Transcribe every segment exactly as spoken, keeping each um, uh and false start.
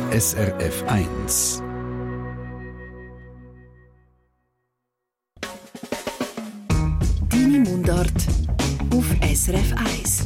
S R F eins. Deine Mundart auf S R F eins.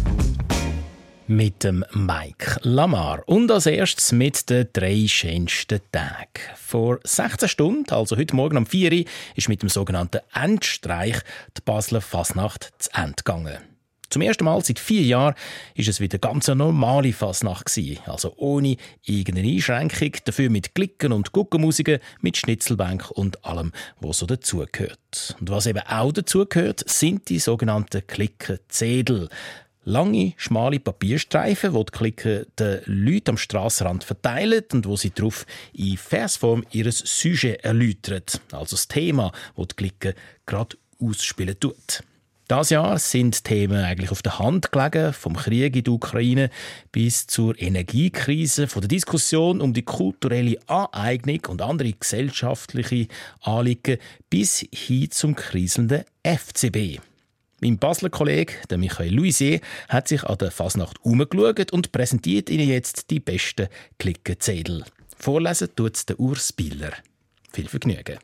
Mit dem Mike Lamar. Und als erstes mit den drei schönsten Tagen. Vor sechzehn Stunden, also heute Morgen um vier Uhr, ist mit dem sogenannten Endstreich die Basler Fasnacht zu Ende gegangen. Zum ersten Mal seit vier Jahren war es wieder ganz eine normale Fasnacht gewesen, also ohne irgendeine Einschränkung, dafür mit Glicken und Guckenmusiken, mit Schnitzelbank und allem, was so dazugehört. Und was eben auch dazugehört, sind die sogenannten Klickenzedel. Lange, schmale Papierstreifen, die die Klicken den Leuten am Strassenrand verteilen und wo sie darauf in Versform ihr Sujet erläutern, also das Thema, das die Klicken gerade ausspielen tut. Dieses Jahr sind Themen eigentlich auf der Hand gelegen, vom Krieg in der Ukraine bis zur Energiekrise, von der Diskussion um die kulturelle Aneignung und andere gesellschaftliche Anliegen bis hin zum kriselnden F C B. Mein Basler Kollege, der Michael Luisier, hat sich an der Fasnacht umgeschaut und präsentiert Ihnen jetzt die besten Klickenzedel. Vorlesen tut es der Urs Biller. Viel Vergnügen.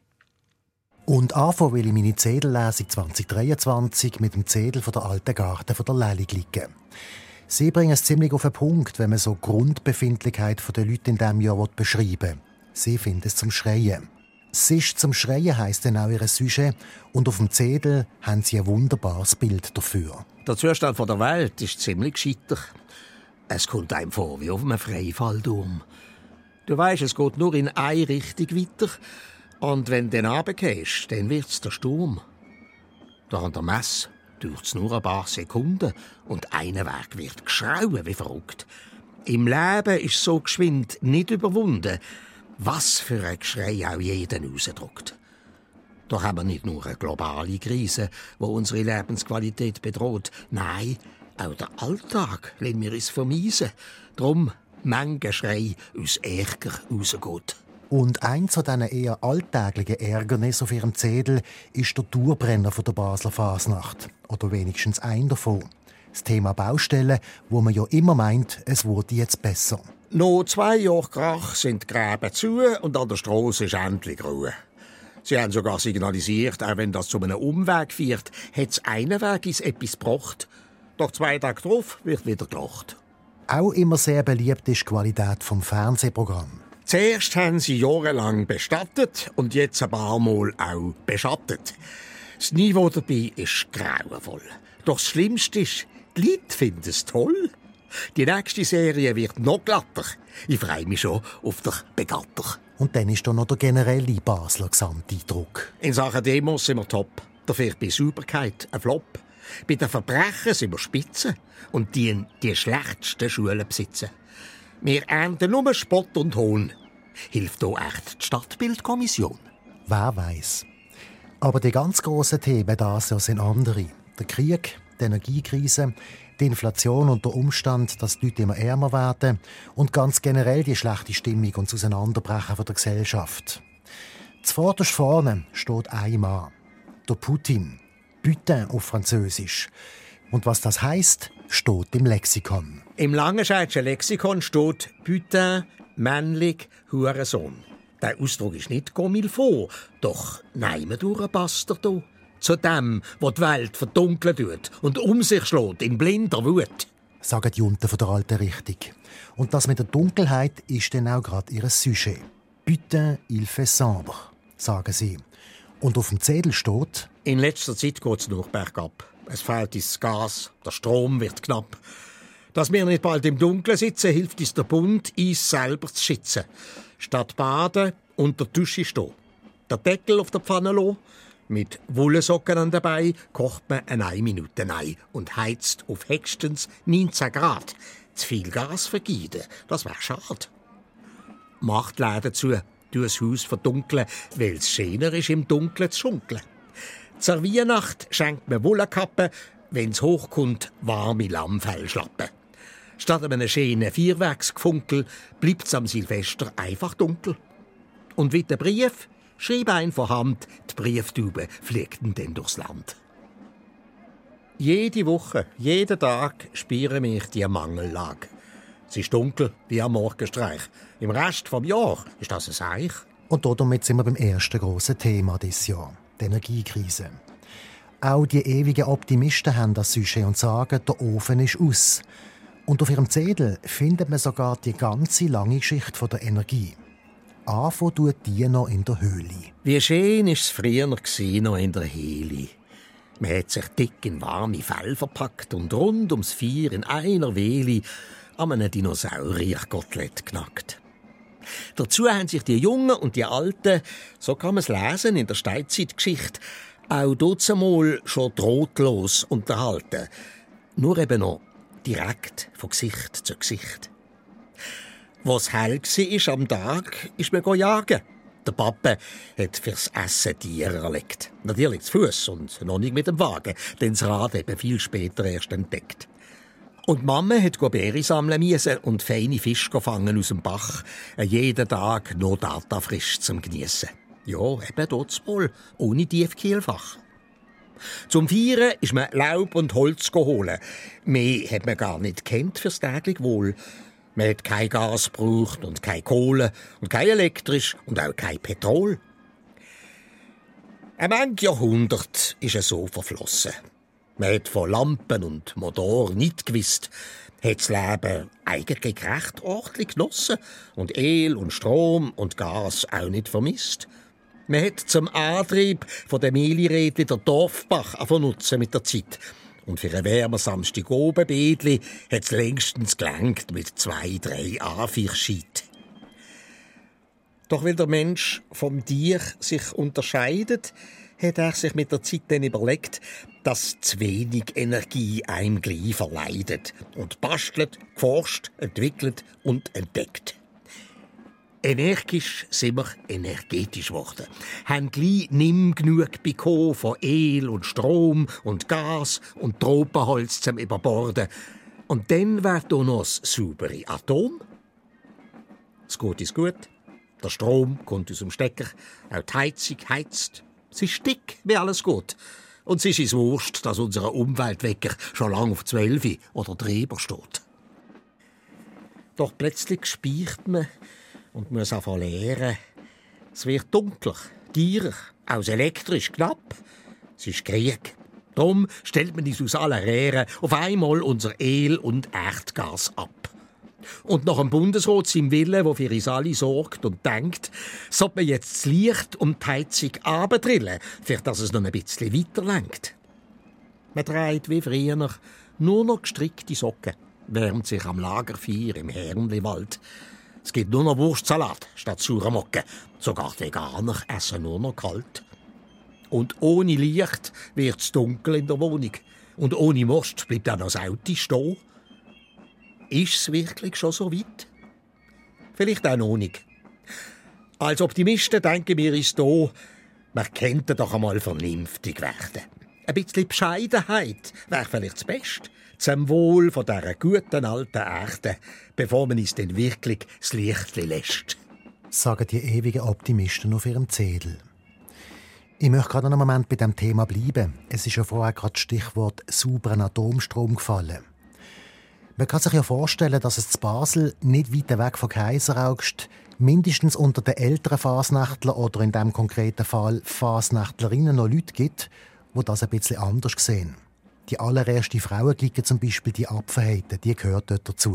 Und anfangen will ich meine Zedellesung zwanzig dreiundzwanzig mit dem Zedel von der alten Garten von der Leli klicken. Sie bringen es ziemlich auf den Punkt, wenn man so die Grundbefindlichkeit der Leute in diesem Jahr beschreiben will. Sie finden es zum Schreien. «Sisch zum Schreien» heisst dann auch ihr Sujet und auf dem Zedel haben sie ein wunderbares Bild dafür. Der Zustand der Welt ist ziemlich gescheiter. Es kommt einem vor wie auf einem Freifallturm. Du weisst, es geht nur in eine Richtung weiter. Und wenn du dann runtergehst, dann wird's der Sturm. Da an der Messe dauert's nur ein paar Sekunden und einer Weg wird geschrauen wie verrückt. Im Leben ist so geschwind nicht überwunden, was für ein Geschrei auch jeden rausdrückt. Da haben wir nicht nur eine globale Krise, die unsere Lebensqualität bedroht. Nein, auch der Alltag lassen wir uns vermiesen. Drum manche Schrei aus Ärger rausgeht. Und eins von diesen eher alltäglichen Ärgernissen auf ihrem Zedel ist der Dauerbrenner der Basler Fasnacht. Oder wenigstens ein davon. Das Thema Baustellen, wo man ja immer meint, es wurde jetzt besser. Noch zwei Jahre Krach sind die Gräben zu und an der Strasse ist endlich Ruhe. Sie haben sogar signalisiert, auch wenn das zu einem Umweg führt, hat es einen Weg ins etwas gebracht. Doch zwei Tage darauf wird wieder gelacht. Auch immer sehr beliebt ist die Qualität des Fernsehprogramms. Zuerst haben sie jahrelang bestattet und jetzt ein paar Mal auch beschattet. Das Niveau dabei ist grauenvoll. Doch das Schlimmste ist, die Leute finden es toll. Die nächste Serie wird noch glatter. Ich freue mich schon auf den Begatter. Und dann ist da noch der generelle Basler Gesamteindruck. In Sachen Demos sind wir top. Dafür bei Sauberkeit ein Flop. Bei den Verbrechen sind wir spitze und die die schlechtesten Schulen besitzen. Wir ernten nur Spott und Hohn. Hilft hier echt die Stadtbildkommission? Wer weiß. Aber die ganz grossen Themen das sind andere. Der Krieg, die Energiekrise, die Inflation und der Umstand, dass die Leute immer ärmer werden und ganz generell die schlechte Stimmung und das Auseinanderbrechen von der Gesellschaft. Zuvorderst vorne steht ein Mann, der Putin, Putin auf Französisch. Und was das heisst, steht im Lexikon. Im Langenscheidschen Lexikon steht Putin, männlich, Hurensohn. Der Ausdruck ist nicht comme il faut, doch nehmen durch passt er hier. Zu dem, der die Welt verdunkeln tut und um sich schlägt in blinder Wut. Sagen die Junten von der alten Richtung. Und das mit der Dunkelheit ist dann auch gerade ihr Sujet. Putain, il fait sombre, sagen sie. Und auf dem Zettel steht: In letzter Zeit geht es nur bergab. Es fehlt das Gas, der Strom wird knapp. Dass wir nicht bald im Dunkeln sitzen, hilft uns der Bund, uns selber zu schützen. Statt baden unter der Dusche stehen. Der Deckel auf der Pfanne lassen. Mit Wollsocken an dabei kocht man eine Minute ein und heizt auf höchstens neunzehn Grad. Zu viel Gas vergeuden, das wäre schade. Macht Läden zu, tu das Haus verdunkeln, weil es schöner ist, im Dunkeln zu schunkeln. Zur Weihnacht schenkt man Wollenkappen, wenn's hochkommt, warme Lammfellschlappen. Statt einem schönen Feuerwerksgefunkel bleibt's am Silvester einfach dunkel. Und wie der Brief, schrieb ein von Hand, die Brieftube fliegten dann durchs Land. Jede Woche, jeden Tag spüren wir die Mangellage. Es ist dunkel wie am Morgenstreich. Im Rest des Jahres ist das ein Eich. Und damit sind wir beim ersten grossen Thema dieses Jahr, der Energiekrise. Auch die ewigen Optimisten haben das Sujet und sagen, der Ofen ist aus. Und auf ihrem Zettel findet man sogar die ganze lange Geschichte der Energie. Anfangen tut die noch in der Höhle. Wie schön war es früher noch in der Höhle. Man hat sich dick in warme Fell verpackt und rund ums Feuer in einer Wehle an einem Dinosaurier-Kotelett genackt. Dazu haben sich die Jungen und die Alten, so kann man es lesen in der Steinzeitgeschichte, auch dazumal schon drahtlos unterhalten. Nur eben noch direkt von Gesicht zu Gesicht. Was hell war am Tag, ist man jagen. Der Papa hat fürs Essen Tiere erlegt. Natürlich zu Fuß und noch nicht mit dem Wagen, denn das Rad eben viel später erst entdeckt. Und Mama hat Beere sammeln müssen und feine Fische fangen aus dem Bach. Jeden Tag noch Data frisch zum Geniessen. Ja, eben dort wohl, ohne Tiefkühlfach. Zum Feiern ist man Laub und Holz holen. Mehr hat man gar nicht kennt fürs tägliche Wohl. Man hat kein Gas gebraucht und keine Kohle und kein elektrisch und auch kein Petrol. Ein manches Jahrhundert ist es so verflossen. Man hat von Lampen und Motor nicht gewusst, hat das Leben eigentlich recht ordentlich genossen und El und Strom und Gas auch nicht vermisst. Man hat zum Antrieb von der Mehlirädli der Dorfbach nutzen mit der Zeit. Und für ein wärmer Samstag oben Bädli hat es längstens gelangt mit zwei, drei Anfichscheid. Doch weil der Mensch vom Tier sich unterscheidet, hat er sich mit der Zeit dann überlegt, dass zu wenig Energie einem gleich verleidet und bastelt, geforscht, entwickelt und entdeckt. Energisch sind wir energetisch geworden. Haben gleich nimm genug bekommen von El und Strom und Gas und Tropenholz zum Überborden. Und dann wäre da noch das saubere Atom. Das Gute ist gut. Der Strom kommt aus dem Stecker. Auch die Heizung heizt. Es ist dick, wie alles gut. Und es ist uns wurscht, dass unser Umweltwecker schon lange auf zwölf oder drüber steht. Doch plötzlich speicht man und muss anfangen leeren. Es wird dunkler, teurer, auch elektrisch knapp. Es ist Krieg. Darum stellt man uns aus allen Rehren auf einmal unser El- und Erdgas ab. Und nach dem Bundesrat seinem Willen, der für uns alle sorgt und denkt, sollte man jetzt das Licht um die Heizung abdrillen, für dass es noch ein bisschen weiter lenkt. Man trägt wie früher nur noch gestrickte Socken, wärmt sich am Lagerfeuer im Hernliwald. Es gibt nur noch Wurstsalat statt saurer Mocken. Sogar die Veganer essen nur noch kalt. Und ohne Licht wird es dunkel in der Wohnung. Und ohne Most bleibt auch noch das Auto stehen. Ist es wirklich schon so weit? Vielleicht auch noch nicht. Als Optimisten denken wir uns hier, man könnte doch einmal vernünftig werden. Ein bisschen Bescheidenheit wäre vielleicht das Beste. Zum Wohl von dieser guten alten Erde, bevor man uns dann wirklich das Licht lässt. Sagen die ewigen Optimisten auf ihrem Zettel. Ich möchte gerade einen Moment bei diesem Thema bleiben. Es ist ja vorher gerade das Stichwort sauberen Atomstrom gefallen. Man kann sich ja vorstellen, dass es zu Basel, nicht weit weg von Kaiseraugst, mindestens unter den älteren Fasnächtlern oder in diesem konkreten Fall Fasnächtlerinnen noch Leute gibt, die das ein bisschen anders sehen. Die allererste Frauenglicke zum Beispiel, die Apfelheite, die gehört dort dazu.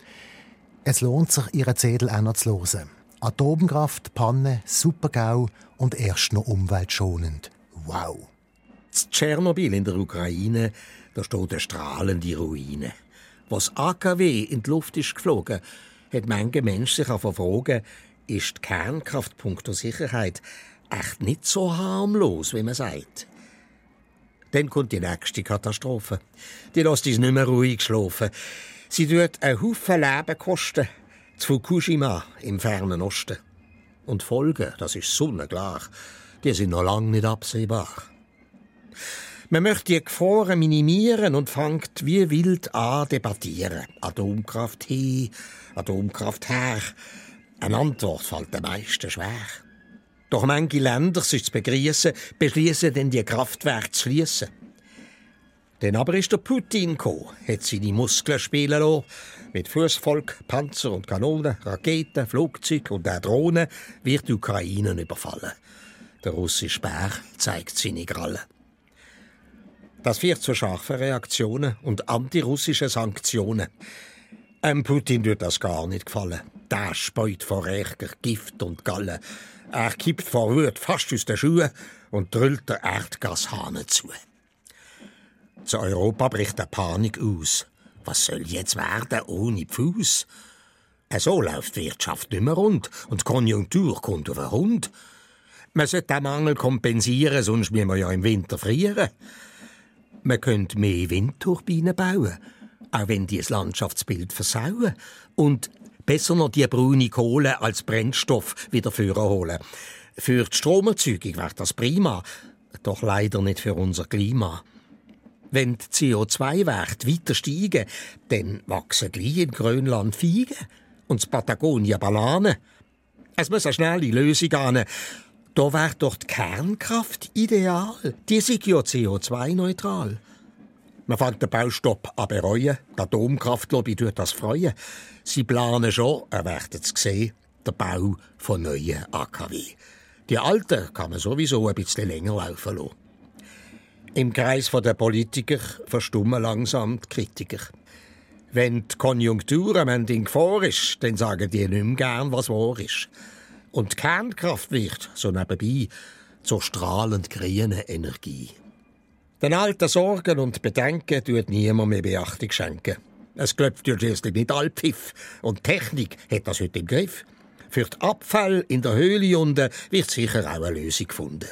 Es lohnt sich, ihren Zettel auch noch zu hören. Atomkraft, Panne, Super-GAU und erst noch umweltschonend. Wow! In Tschernobyl in der Ukraine, da steht eine strahlende Ruine. Was A K W in die Luft ist geflogen, hat manche Mensch sich auch fragen, ist die Kernkraft punkto Sicherheit echt nicht so harmlos, wie man sagt. Dann kommt die nächste Katastrophe. Die lässt uns nicht mehr ruhig schlafen. Sie tut einen Haufen Leben kosten. Zu Fukushima im fernen Osten. Und die Folgen, das ist sonnenklar, die sind noch lange nicht absehbar. Man möchte die Gefahren minimieren und fängt wie wild an debattieren. Atomkraft hin, Atomkraft her. Eine Antwort fällt den meisten schwer. Doch manche Länder, sich zu begrüßen, beschließen dann, die Kraftwerke zu schliessen. Dann aber ist der Putin gekommen, hat seine Muskeln spielen lassen. Mit Fußvolk, Panzer und Kanonen, Raketen, Flugzeuge und auch Drohnen wird die Ukraine überfallen. Der russische Bär zeigt seine Krallen. Das führt zu scharfen Reaktionen und antirussischen Sanktionen. Ähm Putin wird das gar nicht gefallen. Der speut vor Ärger Gift und Galle. Er kippt vor Wut fast aus den Schuhen und drüllt der Erdgashahn zu. Zu Europa bricht eine Panik aus. Was soll jetzt werden ohne Pfuss? So läuft die Wirtschaft nicht mehr rund und die Konjunktur kommt auf den Hund. Man sollte den Mangel kompensieren, sonst müssen wir ja im Winter frieren. Man könnte mehr Windturbinen bauen, auch wenn die das Landschaftsbild versauen. Und besser noch die braune Kohle als Brennstoff wieder vorholen. Für die Stromerzeugung wäre das prima, doch leider nicht für unser Klima. Wenn die C O zwei Werte weiter steigen, dann wachsen gleich in Grönland Feigen und in Patagonien Bananen. Es muss eine schnelle Lösung an. Da wäre doch die Kernkraft ideal. Die ist ja C O zwei neutral. Man fängt den Baustopp an bereuen. Die Atomkraftlobby tut das freuen. Sie planen schon, ihr werdet es sehen, den Bau von neuen A K W. Die alten kann man sowieso ein bisschen länger laufen lassen. Im Kreis der Politiker verstummen langsam die Kritiker. Wenn die Konjunktur am Ende in Gefahr ist, dann sagen die nicht mehr gern, was wahr ist. Und die Kernkraft wird, so nebenbei, zur strahlend grünen Energie. Den alten Sorgen und Bedenken tut niemand mehr Beachtung schenken. Es klopft ja schließlich nicht all Pfiff. Und die Technik hat das heute im Griff. Für die Abfälle in der Höhle unten wird sicher auch eine Lösung gefunden.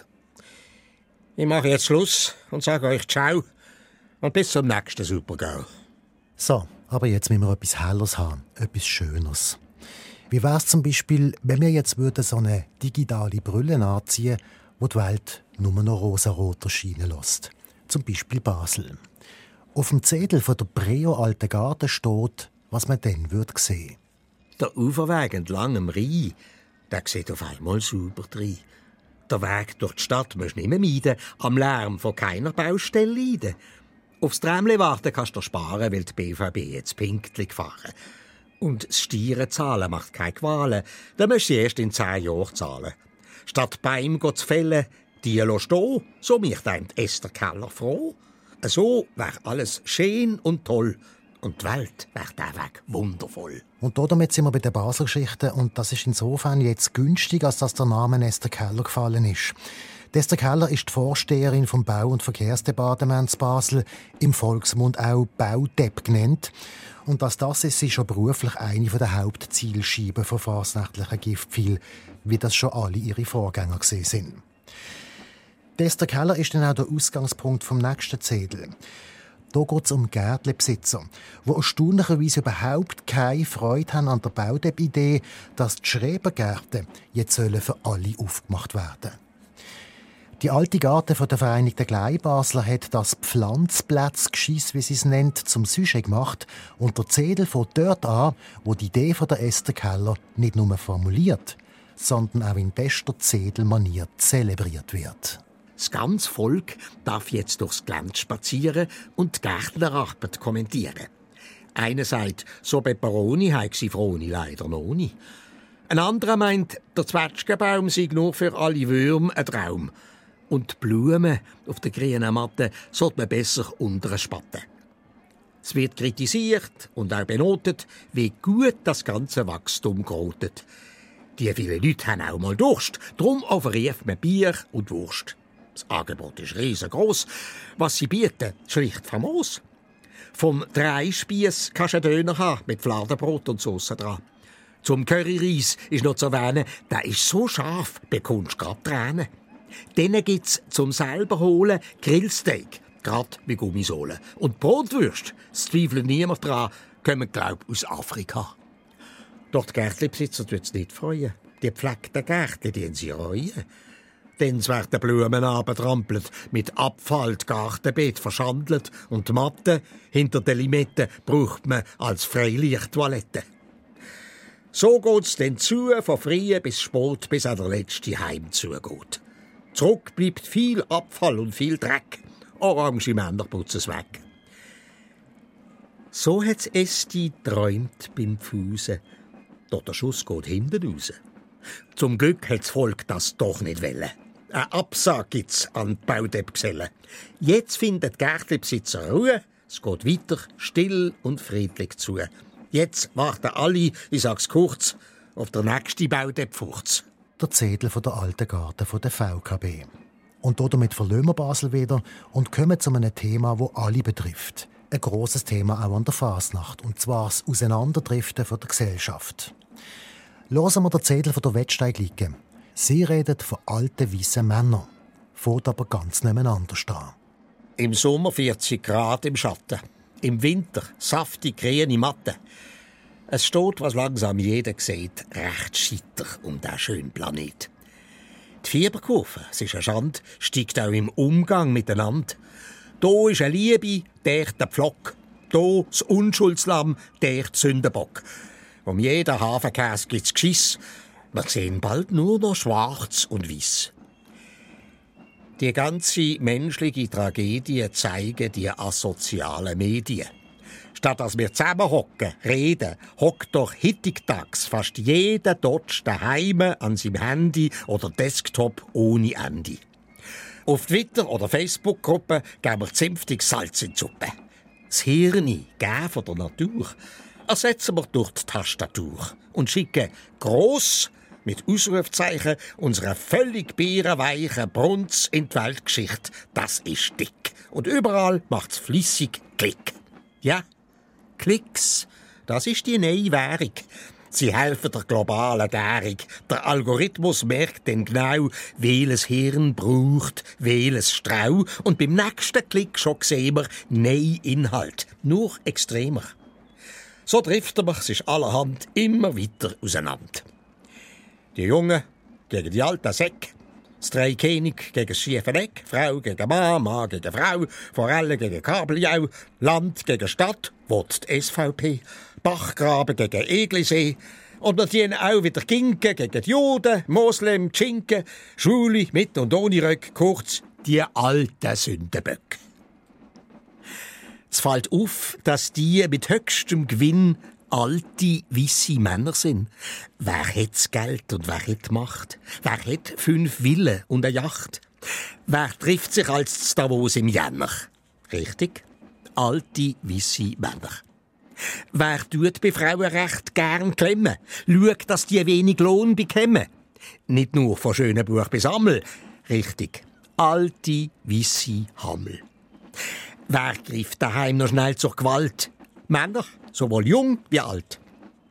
Ich mache jetzt Schluss und sage euch Ciao und bis zum nächsten Super-GAU. So, aber jetzt müssen wir etwas Helleres haben, etwas Schöneres. Wie wäre es zum Beispiel, wenn wir jetzt würden so eine digitale Brille anziehen, wo die Welt nur noch rosarot erscheinen lässt? Zum Beispiel Basel. Auf dem Zettel von der Preo Alten Garten steht, was man dann würde sehen. Der Uferweg entlang am Rhein, der sieht auf einmal sauber rein. Der Weg durch die Stadt musst du nicht mehr meiden, am Lärm von keiner Baustelle leiden. Aufs Tramli warten kannst du sparen, weil die B V B jetzt pünktlich fahren. Und das Stieren zahlen macht keine Qualen, dann musst du erst in zehn Jahren zahlen. Statt Bäume zu fällen, die stehen, so macht einem Esther Keller froh. So wäre alles schön und toll. Und die Welt wäre der Weg wundervoll. Und damit sind wir bei der Basel-Geschichte. Und das ist insofern jetzt günstig, als dass der Name Esther Keller gefallen ist. Esther Keller ist die Vorsteherin vom Bau- und Verkehrsdepartements Basel, im Volksmund auch Baudepp genannt. Und dass das ist sie schon beruflich eine der Hauptzielscheiben von fasnachtlichen Giftpfeilen, wie das schon alle ihre Vorgänger gesehen sind. Esther Keller ist dann auch der Ausgangspunkt vom nächsten Zettel. Hier geht es um Gärtchenbesitzer, die erstaunlicherweise überhaupt keine Freude haben an der Baudepp-Idee, dass die Schrebergärten jetzt für alle aufgemacht werden sollen. Die alte Garten von der Vereinigten Kleinbasler hat das Pflanzplätzgeschiss, wie sie es nennt, zum Sujet gemacht. Und der Zettel fängt dort an, wo die Idee von der Esther Keller nicht nur formuliert, sondern auch in bester Zedelmanier zelebriert wird. Das ganze Volk darf jetzt durchs Gelände spazieren und die Gärtnerarbeit kommentieren. Einer sagt, so Peperoni habe sie Froni leider noch nie. Ein anderer meint, der Zwetschgenbaum sei nur für alle Würmer ein Traum. Und die Blumen auf der grünen Matte sollte man besser unterspatten. Es wird kritisiert und auch benotet, wie gut das ganze Wachstum gerotet. Die vielen Leute haben auch mal Durst, darum offeriert man Bier und Wurst. Das Angebot ist riesengroß. Was sie bieten, schlicht famos. Vom Dreispiess kannst du einen Döner haben, mit Fladenbrot und Sauce dran. Zum Curryreis ist noch zu erwähnen, der ist so scharf, bekommst du gerade Tränen. Dann gibt's zum selber holen Grillsteak, gerade mit Gummisohlen. Und Brotwürste, das zweifelt niemand dran, kommen, glaub ich, aus Afrika. Doch die Gärtchenbesitzer tun es nicht freuen. Die gepflegten Gärtchen, die sie reuen. Dann werden Blumen abgetrampelt, mit Abfall die Gartenbeet verschandelt und die Matte hinter den Limetten braucht man als Freilichttoilette. So geht's dann zu, von früh bis spät, bis an der letzte Heim zugeht. Zurück bleibt viel Abfall und viel Dreck. orange Männer putzen es weg. So hat's Esti träumt beim Pfusen. Doch der Schuss geht hinten raus. Zum Glück hat's Volk das doch nicht wollen. Ein Absag gibt's an die Baudeppgesellen. Jetzt findet die Gärtchenbesitzer Ruhe. Es geht weiter, still und friedlich zu. Jetzt warten alle, ich sag's kurz, auf der nächste Baudeppfurz. Der Zettel von der alten Garten von der V K B. Und damit verlassen wir Basel wieder und kommen zu einem Thema, das alle betrifft. Ein grosses Thema auch an der Fasnacht, und zwar das Auseinanderdriften von der Gesellschaft. Hören wir den Zettel von der Wettsteig liegen. Sie redet von alten, weißen Männern. Fährt aber ganz nebeneinander stehen. Im Sommer vierzig Grad im Schatten. Im Winter saftig grüne Matte. Es steht, was langsam jeder sieht, recht scheiter um diesen schönen Planet. Die Fieberkurve, es ist eine Schande, steigt auch im Umgang miteinander. Da ist eine Liebe, dort der Pflock. Da das Unschuldslamm, dort Sündenbock. Um jeden Hafenkäse gibt's Geschiss. Wir sehen bald nur noch schwarz und weiß. Die ganze menschliche Tragödie zeigen die asozialen Medien. Statt dass wir zusammenhocken, reden, hockt doch hittigtags fast jeder Dotsch daheim an seinem Handy oder Desktop ohne Ende. Auf Twitter oder Facebook-Gruppen geben wir zünftig Salz in die Suppe. Das Hirn, gegeben von der Natur, ersetzen wir durch die Tastatur und schicken gross mit Ausrufzeichen unsere völlig bärenweichen Brunz in die Weltgeschichte. Das ist dick. Und überall macht's flüssig Klick. Ja, Klicks, das ist die neue Währung. Sie helfen der globalen Gärung. Der Algorithmus merkt dann genau, welches Hirn braucht, welches Strau. Und beim nächsten Klick schon sehen wir neuen Inhalt. Nur extremer. So driften wir sich allerhand immer weiter auseinander. Die Jungen gegen die alten Säcke. Das Dreikönig gegen das schiefe Eck, Frau gegen Mann, Mann gegen Frau, Forellen gegen Kabeljau, Land gegen Stadt, Wort die S V P, Bachgraben gegen Eglisee. Und wir dienen auch wieder Ginken gegen die Juden, Moslem, Schinken, Schwule mit und ohne Röck, kurz die alten Sündenböcke. Es fällt auf, dass die mit höchstem Gewinn alte, weisse Männer sind. Wer hat Geld und wer hat Macht? Wer hat fünf Villen und eine Yacht? Wer trifft sich als Davos im Jänner? Richtig, alte, weisse Männer. Wer tut bei Frauenrecht gern klemmen? Schaut, dass die wenig Lohn bekommen. Nicht nur von schönen Buch bis Ammel. Richtig, alte, weisse Hammel. Wer greift daheim noch schnell zur Gewalt? Männer, sowohl jung wie alt.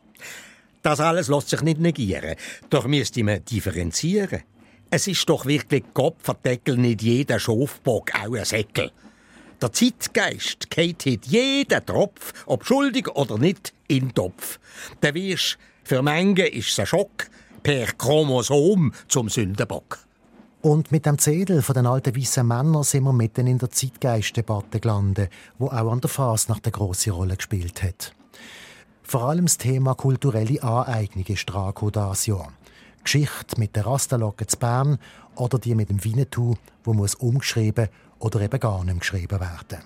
Das alles lässt sich nicht negieren, doch müsste man differenzieren. Es ist doch wirklich Kopfverdeckel nicht jeder Schafbock auch ein Säckel. Der Zeitgeist geht heute jeden Tropf, ob schuldig oder nicht, in den Topf. Der Wirsch, für Menge ist es ein Schock, per Chromosom zum Sündenbock. Und mit dem Zettel von den alten weißen Männern sind wir mitten in der Zeitgeistdebatte gelandet, wo auch an der Fasnacht eine grosse Rolle gespielt hat. Vor allem das Thema kulturelle Aneignung ist dran dieses Jahr. Geschichte mit der Rasterlocke zu Bern oder die mit dem Winnetou, wo muss umgeschrieben oder eben gar nicht geschrieben werden.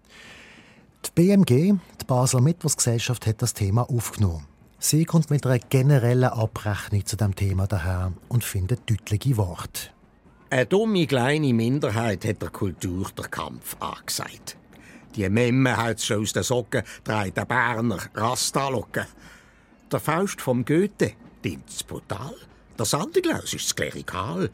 Die B M G, die Basler Mittwochsgesellschaft, hat das Thema aufgenommen. Sie kommt mit einer generellen Abrechnung zu dem Thema daher und findet deutliche Worte. Eine dumme kleine Minderheit hat der Kultur der Kampf angesagt. Die Memme hat schon aus den Socken, trägt der Berner Rastalocken. Der Faust vom Goethe dient brutal. Der Sandiglaus ist klerikal.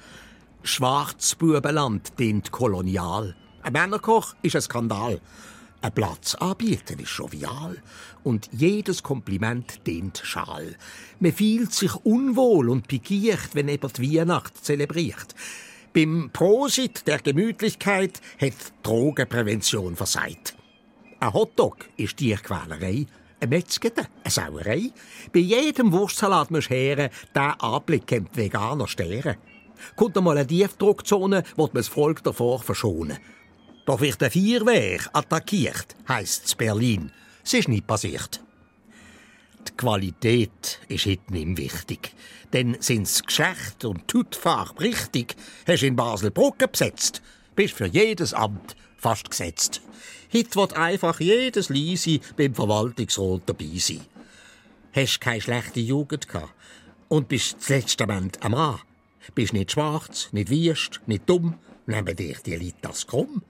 Schwarzbubenland dient kolonial. Ein Männerkoch ist ein Skandal. Ein Platz anbieten ist jovial. Und jedes Kompliment dient schal. Man fühlt sich unwohl und pikiert, wenn eben die Weihnacht zelebriert. Beim Prosit der Gemütlichkeit hat Drogenprävention versagt. Ein Hotdog ist Tierquälerei, eine Metzgete, eine Sauerei. Bei jedem Wurstsalat musst du hören, diesen Anblick kennt Veganer Sterne. Kommt einmal eine Tiefdruckzone, wird man das Volk davor verschonen. Doch wird der Feuerwehr attackiert, heisst es Berlin. Es ist nicht passiert. Die Qualität ist heute nicht wichtig. Denn sind's Geschäft und die Hautfarbe richtig, hast du in Basel Brücken besetzt, bist für jedes Amt fast gesetzt. Heute wird einfach jedes Leise beim Verwaltungsrat dabei sein. Hast keine schlechte Jugend gehabt und bist das letzte Moment am Mann. Bist nicht schwarz, nicht wüst, nicht dumm, nehmen dich die Leute das krumm.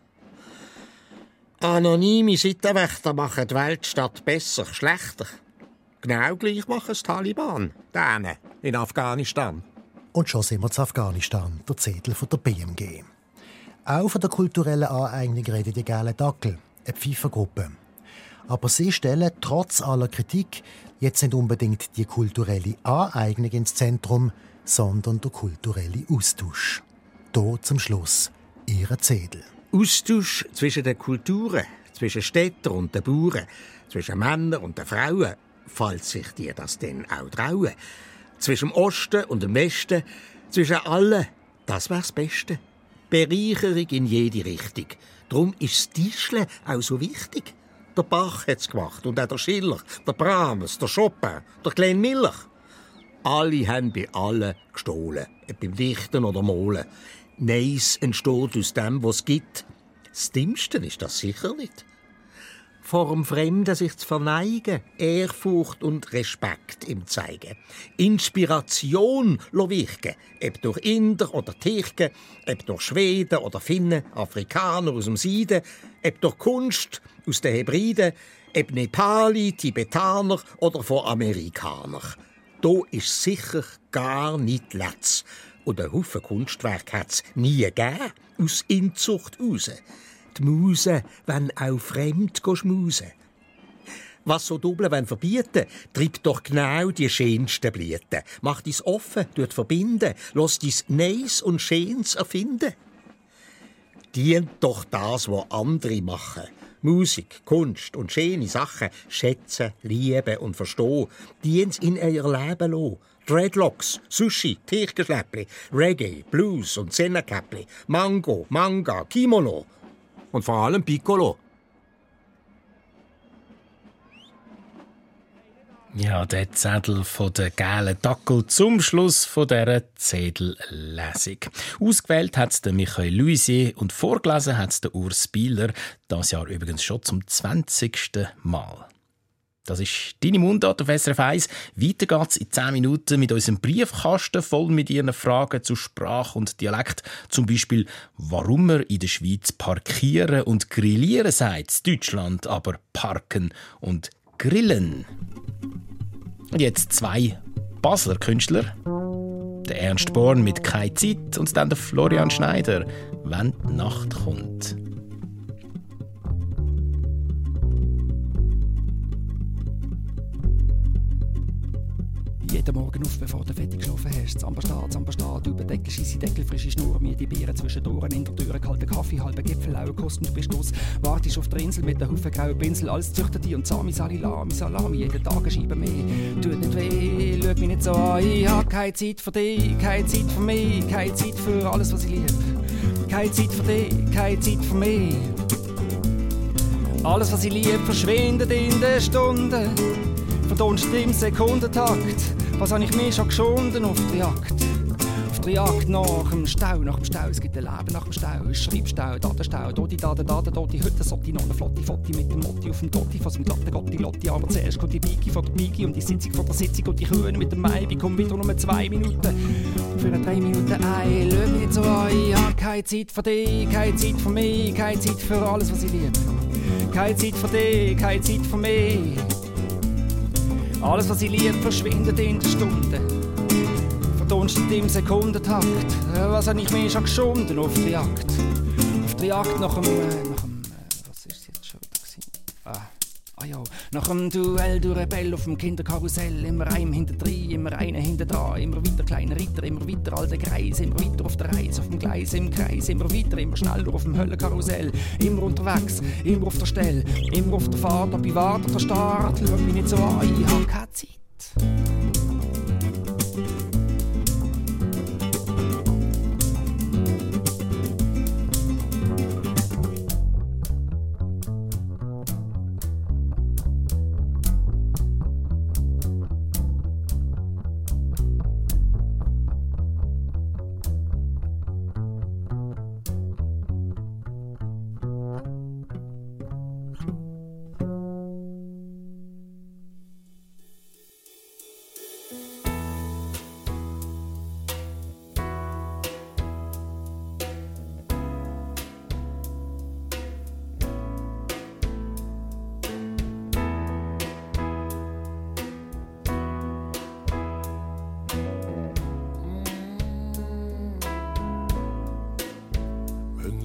Anonyme Seitenwächter machen die Welt statt besser, schlechter. Genau gleich machen es die Taliban, denen in Afghanistan. Und schon sind wir zu Afghanistan, der Zettel von der B M G. Auch von der kulturellen Aneignung reden die gelben Dackel, eine Pfeifergruppe. Aber sie stellen trotz aller Kritik jetzt nicht unbedingt die kulturelle Aneignung ins Zentrum, sondern der kulturelle Austausch. Hier zum Schluss ihre Zettel. Austausch zwischen den Kulturen, zwischen Städtern und den Bauern, zwischen Männern und den Frauen, falls sich die das denn auch trauen. Zwischen dem Osten und dem Westen, zwischen allen, das wär's das Beste. Bereicherung in jede Richtung. Darum ist das Tischle auch so wichtig. Der Bach hat's gemacht und auch der Schiller, der Brahms, der Chopin, der Glenn Miller. Alle haben bei allen gestohlen, ob beim Dichten oder Malen. Neues entsteht aus dem, was es gibt. Das Dümmste ist das sicher nicht. Vor dem Fremden sich zu verneigen, Ehrfurcht und Respekt ihm zeigen. Inspiration wirken, ob durch Inder oder Tirken, ob durch Schweden oder Finnen, Afrikaner aus dem Süden, ob durch Kunst aus den Hebriden, ob Nepali, Tibetaner oder von Amerikaner. Da ist sicher gar nicht letz. Und ein Haufen Kunstwerk hat es nie gegeben, aus Inzucht raus. Die Muse wollen auch fremd schmusen. Was so Doppeln verbieten, treibt doch genau die schönsten Blüten. Macht dies offen, tut verbinden, lass dies Neues und Schönes erfinden. Dient doch das, was andere machen. Musik, Kunst und schöne Sachen schätzen, lieben und verstehen. Dient in ihr Leben lassen. Dreadlocks, Sushi, Tiergeschläppli, Reggae, Blues und Sennakäppli, Mango, Manga, Kimono und vor allem Piccolo. Ja, der Zettel von der gelben Dackel zum Schluss von dieser Zettellesung. Ausgewählt hat es Michael Luisier und vorgelesen hat es Urs Bieler, das Jahr übrigens schon zum zwanzigsten Mal. Das ist «Deine Mundart» auf S R F eins. Weiter geht's in zehn Minuten mit unserem Briefkasten voll mit Ihren Fragen zu Sprache und Dialekt. Zum Beispiel, warum man in der Schweiz parkieren und grillieren sagt, in Deutschland aber parken und grillen. Und jetzt zwei Basler Künstler. Der Ernst Born mit «Keine Zeit» und dann der Florian Schneider, «Wenn die Nacht kommt». Jeden Morgen auf, bevor du fertig geschlafen hast. Zamba steht, Zamba steht, über Deckel, scheisse Deckel, frische Schnur, mir die Bieren zwischen Ohren, in der Tür, kalter Kaffee, halber Gipfel, auch kosten, du bist los. Wartest auf der Insel mit der Haufen grauen Pinsel, alles züchtet die und Sami, Salami, Salami, jeden Tag eine Scheibe mehr. Tut nicht weh, schau mich nicht so an, ich hab keine Zeit für dich, keine Zeit für mich, keine Zeit für alles, was ich lieb. Keine Zeit für dich, keine Zeit für mich. Alles, was ich lieb, verschwindet in der Stunde. Verdunst im Sekundentakt. Was habe ich mir schon geschunden auf der Jagd? Auf der Jagd nach dem Stau, nach dem Stau. Es gibt ein Leben nach dem Stau. Schreibstau, Datenstau, Dodi, Daten, Daten, Dodi. Heute sollte noch eine flotte Fotti mit dem Motti auf dem Totti. Von dem glatten Gotti, Lotti. Aber zuerst kommt die Biki von der Miki und die Sitzung von der Sitzung und die Kühe mit dem Mai. Ich komme wieder nur zwei Minuten. Für eine drei Minuten Ei. Löw mich nicht so an. Ich habe keine Zeit für dich, keine Zeit für mich, keine Zeit für alles, was ich liebe. Keine Zeit für dich, keine Zeit für mich. Alles, was ich lieb, verschwindet in der Stunde. Verdunstet im Sekundentakt. Was habe ich mir schon geschunden auf der Jagd? Auf der Jagd nach dem... Äh, nach dem äh, was ist jetzt schon da? Ah, ah ja. Nach dem Duell du Rebell auf dem Kinderkarussell. Immer einem hinterdrein, immer einer hinterdran. Immer weiter kleiner Ritter, immer weiter alter Kreis. Immer weiter auf der Reise, auf dem Gleis, im Kreis. Immer weiter, immer schneller auf dem Höllenkarussell. Immer unterwegs, immer auf der Stelle. Immer auf der Fahrt, ob ich warte oder starte. Schau mich nicht so an, ich hab keine Zeit.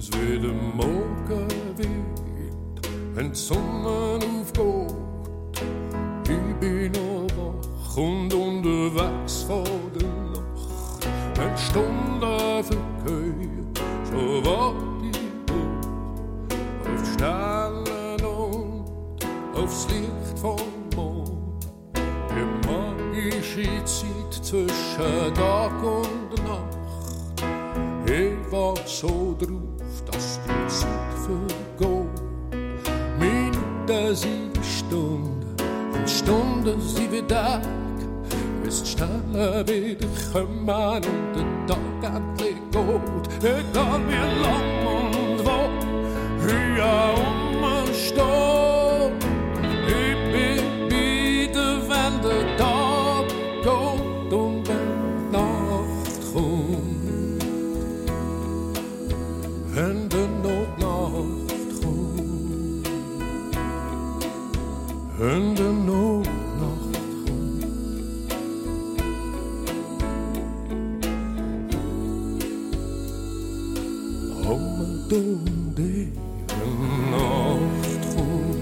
wenn's wieder morgen wird, wenn die Sonne aufgeht. Ich bin noch wach und unterwegs vor der Nacht. Wenn die Stunden vergehen, so wart ich auf, auf die Sterne und aufs Licht vom Mond. Die magische Zeit zwischen Tag und Nacht. Ich war so drauf, dass die Zeit vergeht. Minuten sieben Stunden und Stunden sieben Tage. Bis die Sterne wieder kommen und der Tag endlich geht. Egal wie lang und wo ich auch umstehe. Ich bin wieder, wenn der Tag geht und wenn die Nacht kommt. Wenn die Nacht kommt, wenn die Nacht kommt, oh mein Gott, die Nacht kommt.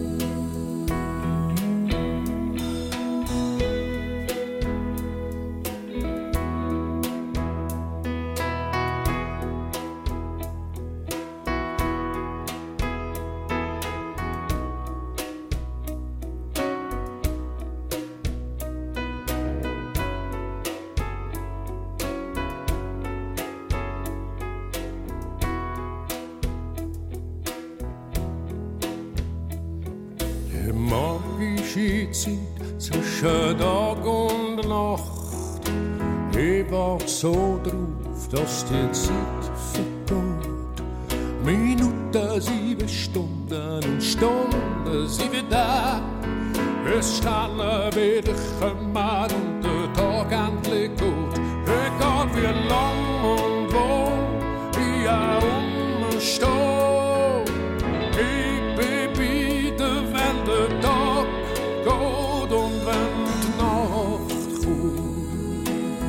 Zeit zwischen Tag und Nacht. Ich war so drauf, dass die Zeit vergeht. Minuten, sieben Stunden und Stunden, sieben Tage. Es Sterne wieder kommen und der Tag endlich geht. Egal wie lang und wo ich auch umstehe. Ich bin wieder, wenn der Tag geht und wenn die Nacht kommt.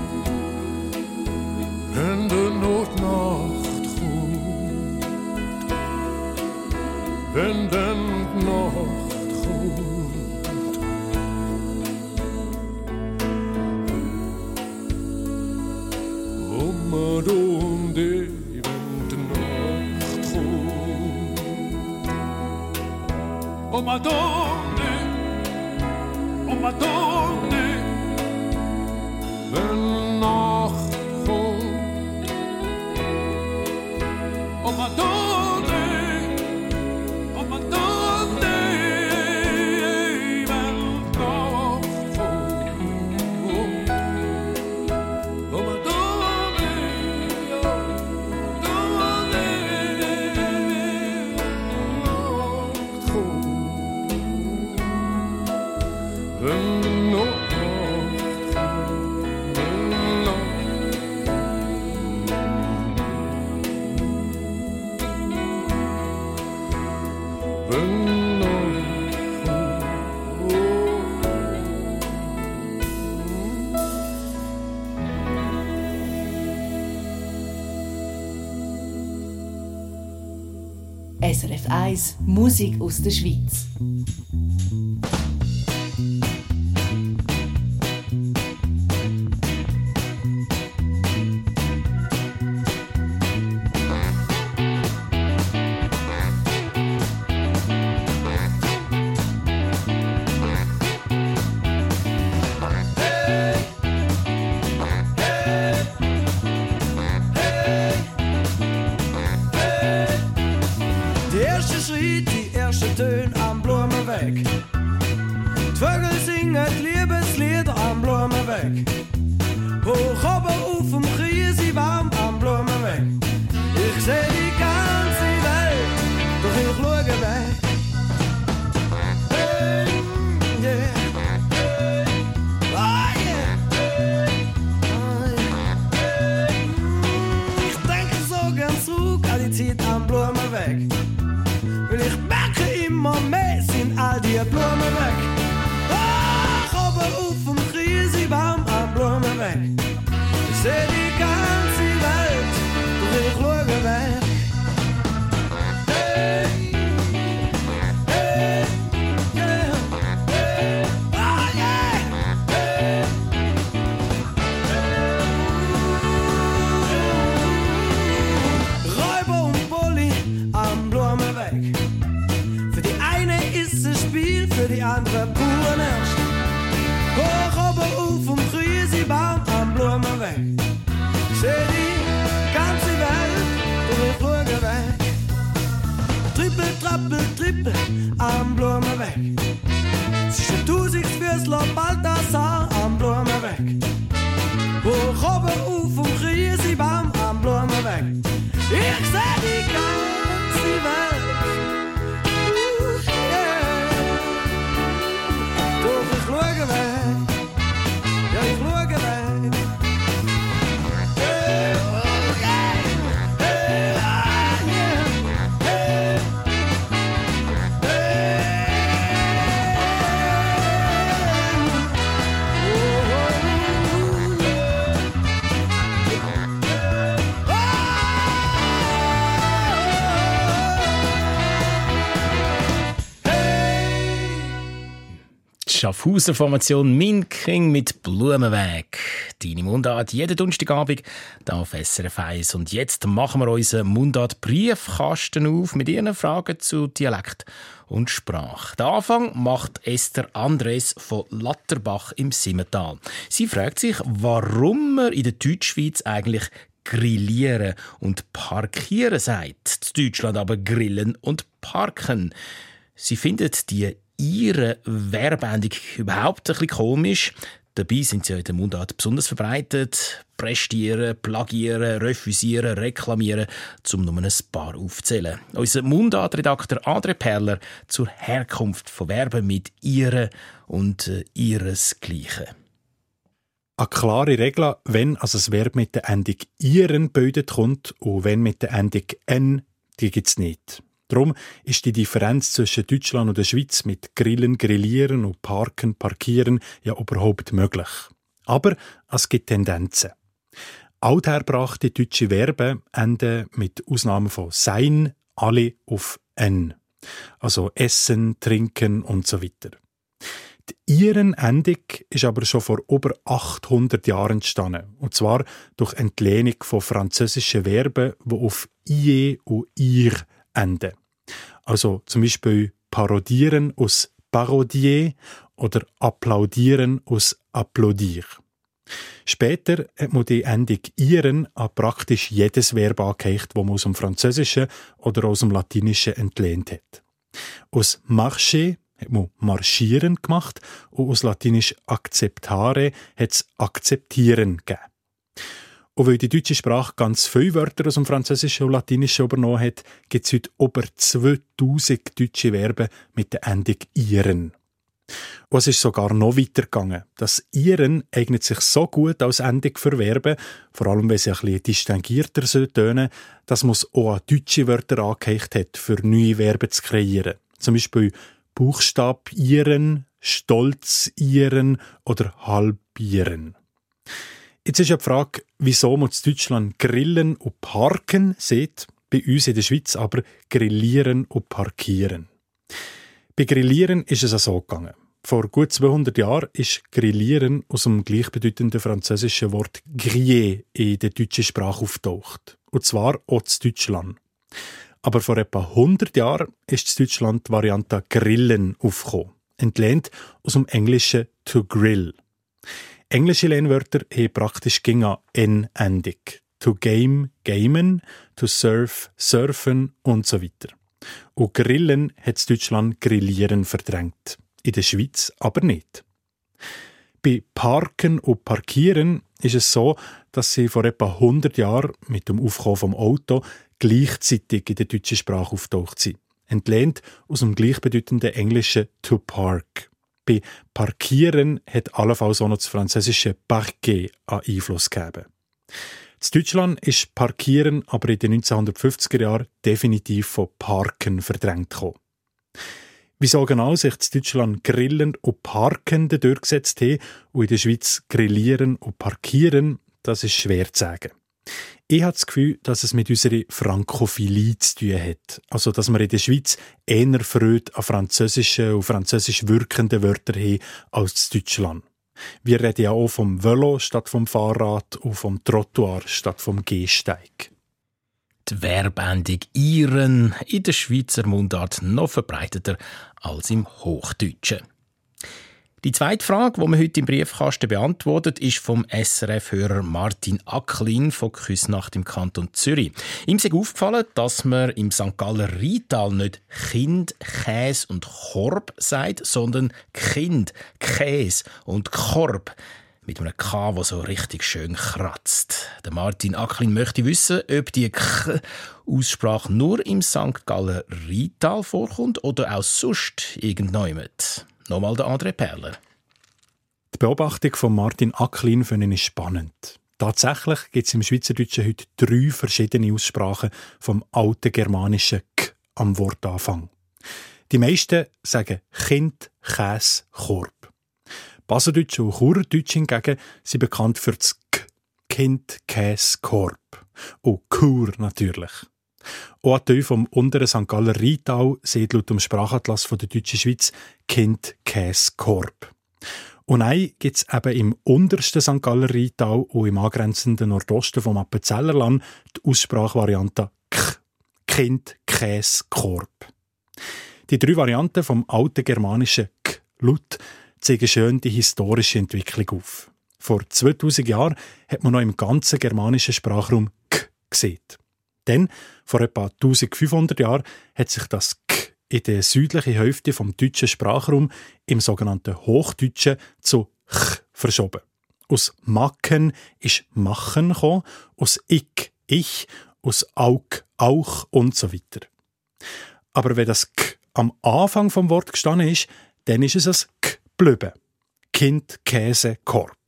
Wenn die Nacht kommt. Wenn dann die Nacht kommt. Oh, Madonna, wenn die Nacht kommt. Oh, Madonna. Oh Madonna, wenn Nacht kommt. Oh Madonna, oh Madonna, wenn Nacht kommt. Oh Madonna, oh Madonna, Nacht kommt. Wenn die Nacht kommt, wenn die Nacht, wenn die Nacht kommt, S R F eins Musik aus der Schweiz. Blumen weg. Ach, aber auf dem Krisenbaum an Blumen am Blumenweg. Es ist ein Tausigsfüßler Balthasar am Blumenweg. Hoch oben auf und kriegen sie Baum am Blumenweg. Ich seh die ganze Welt. Uh, yeah. Doch ich schaue weg. Ja, ich schaue weg. Hey, oh, yeah. Hey, ah, yeah. Hey. Hey. Oh, oh, Die Schaffhauser Formation Minking mit Blumenweg. Deine Mundart jeden Donnerstagabend hier auf S R F eins. Und jetzt machen wir unseren Mundart-Briefkasten auf mit Ihren Fragen zu Dialekt und Sprache. Den Anfang macht Esther Andres von Latterbach im Simmental. Sie fragt sich, warum man in der Deutschschweiz eigentlich grillieren und parkieren sagt. In Deutschland aber grillen und parken. Sie findet die ihre Werbeendung überhaupt ein bisschen komisch. Dabei sind sie ja in der Mundart besonders verbreitet. Prestieren, plagieren, refusieren, reklamieren, um nur ein paar aufzählen. Unser Mundartredakteur André Perler zur Herkunft von Verben mit ihre und äh, ihresgleichen. Eine klare Regel, wenn also das Verb mit der Endung «ihren» gebildet kommt und wenn mit der Endung «n», die gibt es nicht. Darum ist die Differenz zwischen Deutschland und der Schweiz mit Grillen, Grillieren und Parken, Parkieren ja überhaupt möglich. Aber es gibt Tendenzen. Althergebrachte deutsche Verben enden mit Ausnahme von «sein» alle auf «n». Also essen, trinken und so weiter. Die «ihren»-Endung ist aber schon vor über achthundert Jahren entstanden. Und zwar durch Entlehnung von französischen Verben, die auf «ie» und «ir» enden. Also zum Beispiel parodieren aus parodier oder applaudieren aus applaudir. Später hat man die Endung «ihren» an praktisch jedes Verb angehängt, das man aus dem Französischen oder aus dem Latinischen entlehnt hat. Aus «marcher» hat man «marschieren» gemacht und aus Latinisch «acceptare» hat es «akzeptieren» gegeben. Und weil die deutsche Sprache ganz viele Wörter aus dem Französischen und Latinischen übernommen hat, gibt es heute über zweitausend deutsche Verben mit der Endung «ihren». Und es ist sogar noch weitergegangen. Das «ihren» eignet sich so gut als Endung für Verben, vor allem wenn sie ein bisschen distinguierter tönen, dass man es auch an deutsche Wörter angehängt hat, für neue Verben zu kreieren. Zum Beispiel «buchstabieren», «stolzieren» oder «halbieren». Jetzt ist ja die Frage, wieso man in Deutschland grillen und parken sieht, bei uns in der Schweiz aber grillieren und parkieren. Bei Grillieren ist es auch so gegangen. Vor gut zweihundert Jahren ist Grillieren aus dem gleichbedeutenden französischen Wort griller in der deutschen Sprache auftaucht. Und zwar auch in Deutschland. Aber vor etwa hundert Jahren ist in Deutschland die Variante Grillen aufgekommen. Entlehnt aus dem englischen to grill. Englische Lehnwörter haben praktisch gegen N-Endung. To game, gamen, to surf, surfen und so weiter. Und Grillen hat in Deutschland Grillieren verdrängt. In der Schweiz aber nicht. Bei Parken und Parkieren ist es so, dass sie vor etwa hundert Jahren mit dem Aufkommen vom Auto gleichzeitig in der deutschen Sprache auftaucht sind. Entlehnt aus dem gleichbedeutenden englischen to park. Bei Parkieren hat allenfalls auch noch das französische Parquet an Einfluss gegeben. In Deutschland ist Parkieren aber in den neunzehnhundertfünfziger Jahren definitiv von Parken verdrängt gekommen. Wieso genau sich in Deutschland Grillen und Parken durchgesetzt haben und in der Schweiz Grillieren und Parkieren, das ist schwer zu sagen. Ich habe das Gefühl, dass es mit unserer Frankophilie zu tun hat. Also, dass wir in der Schweiz eher Freude an französischen und französisch wirkenden Wörtern haben als in Deutschland. Wir reden ja auch vom Velo statt vom Fahrrad und vom Trottoir statt vom Gehsteig. Die Verbendung «ihren» in der Schweizer Mundart noch verbreiteter als im Hochdeutschen. Die zweite Frage, die wir heute im Briefkasten beantwortet, ist vom S R F-Hörer Martin Acklin von Küsnacht im Kanton Zürich. Ihm ist aufgefallen, dass man im Sankt Galler Rheintal nicht Kind, Käse und Korb sagt, sondern Kind, Käse und Korb. Mit einem K, der so richtig schön kratzt. Der Martin Acklin möchte wissen, ob die K-Aussprache nur im Sankt Galler Rheintal vorkommt oder auch sonst irgendjemand. Nochmal der André Perler. Die Beobachtung von Martin Acklin finde ich spannend. Tatsächlich gibt es im Schweizerdeutschen heute drei verschiedene Aussprachen vom alten germanischen K am Wortanfang. Die meisten sagen Kind, Käse, Korb. Baseldeutsch und Churerdeutsch hingegen sind bekannt für das K, Kind, Käse, Korb. Und Chur natürlich. Auch ein Teil vom unteren Sankt Galler Rheintal sieht laut dem Sprachatlas der Deutschen Schweiz Kind, Käse, Korb. Und dann gibt es eben im untersten Sankt Galler Rheintal und im angrenzenden Nordosten vom Appenzellerland die Aussprachvariante K, Kind, Käse, Korb. Die drei Varianten vom alten germanischen K, Lut, zeigen schön die historische Entwicklung auf. Vor zweitausend Jahren hat man noch im ganzen germanischen Sprachraum K gesehen. Dann, vor etwa eintausendfünfhundert Jahren, hat sich das K in der südlichen Hälfte vom deutschen Sprachraum im sogenannten Hochdeutschen zu Ch verschoben. Aus Machen ist Machen gekommen, aus Ich, Ich, aus Aug, Auch und so weiter. Aber wenn das K am Anfang vom Wort gestanden ist, dann ist es ein K geblieben. Kind, Käse, Korb.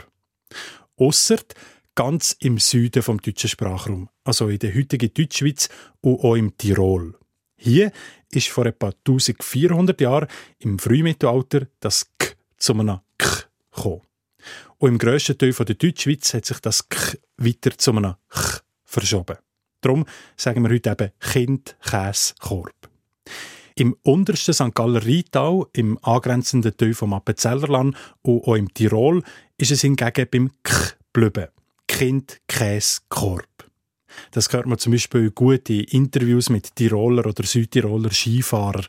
Ausser ganz im Süden vom deutschen Sprachraum, also in der heutigen Deutschschweiz und auch im Tirol. Hier ist vor etwa eintausendvierhundert Jahren im Frühmittelalter das K zu einem K gekommen. Und im grössten Teil der Deutschschweiz hat sich das K weiter zu einem Ch verschoben. Darum sagen wir heute eben Kind, Käse, Korb. Im untersten Sankt Galler Rheintal, im angrenzenden Teil vom Appenzellerland und auch im Tirol ist es hingegen beim K geblieben. Kind, Käse, Korb. Das hört man zum Beispiel gut in Interviews mit Tiroler oder Südtiroler Skifahrern.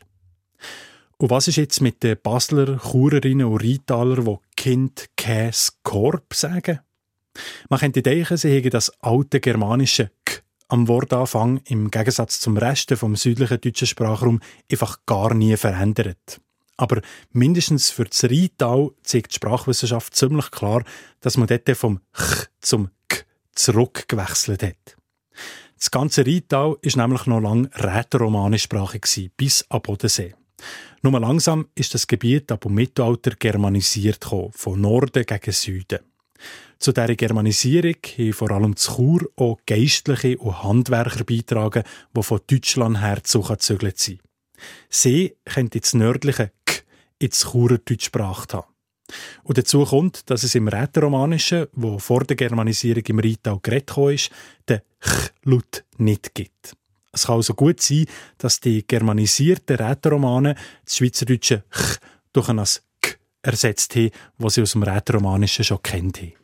Und was ist jetzt mit den Basler, Churerinnen und Rheintaler, die Kind, Käse, Korb sagen? Man könnte denken, sie hätten das alte germanische K am Wortanfang im Gegensatz zum Rest vom südlichen deutschen Sprachraum einfach gar nie verändert. Aber mindestens für das Rheintal zeigt die Sprachwissenschaft ziemlich klar, dass man dort vom Ch zum K zurückgewechselt hat. Das ganze Rheintal war nämlich noch lange rätoromanischsprachig, bis am Bodensee. Nur langsam ist das Gebiet ab dem Mittelalter germanisiert gekommen, von Norden gegen Süden. Zu dieser Germanisierung haben vor allem zu Chur auch Geistliche und Handwerker beitragen, die von Deutschland her zugezögert sind. Sie können das nördliche K ins Churerdeutsch gebracht haben. Und dazu kommt, dass es im Rätoromanischen, wo vor der Germanisierung im Rheintal geredet ist, den Ch-Lut nicht gibt. Es kann also gut sein, dass die germanisierten Rätoromanen das schweizerdeutsche Ch durch ein K ersetzt haben, das sie aus dem Rätoromanischen schon kennt haben.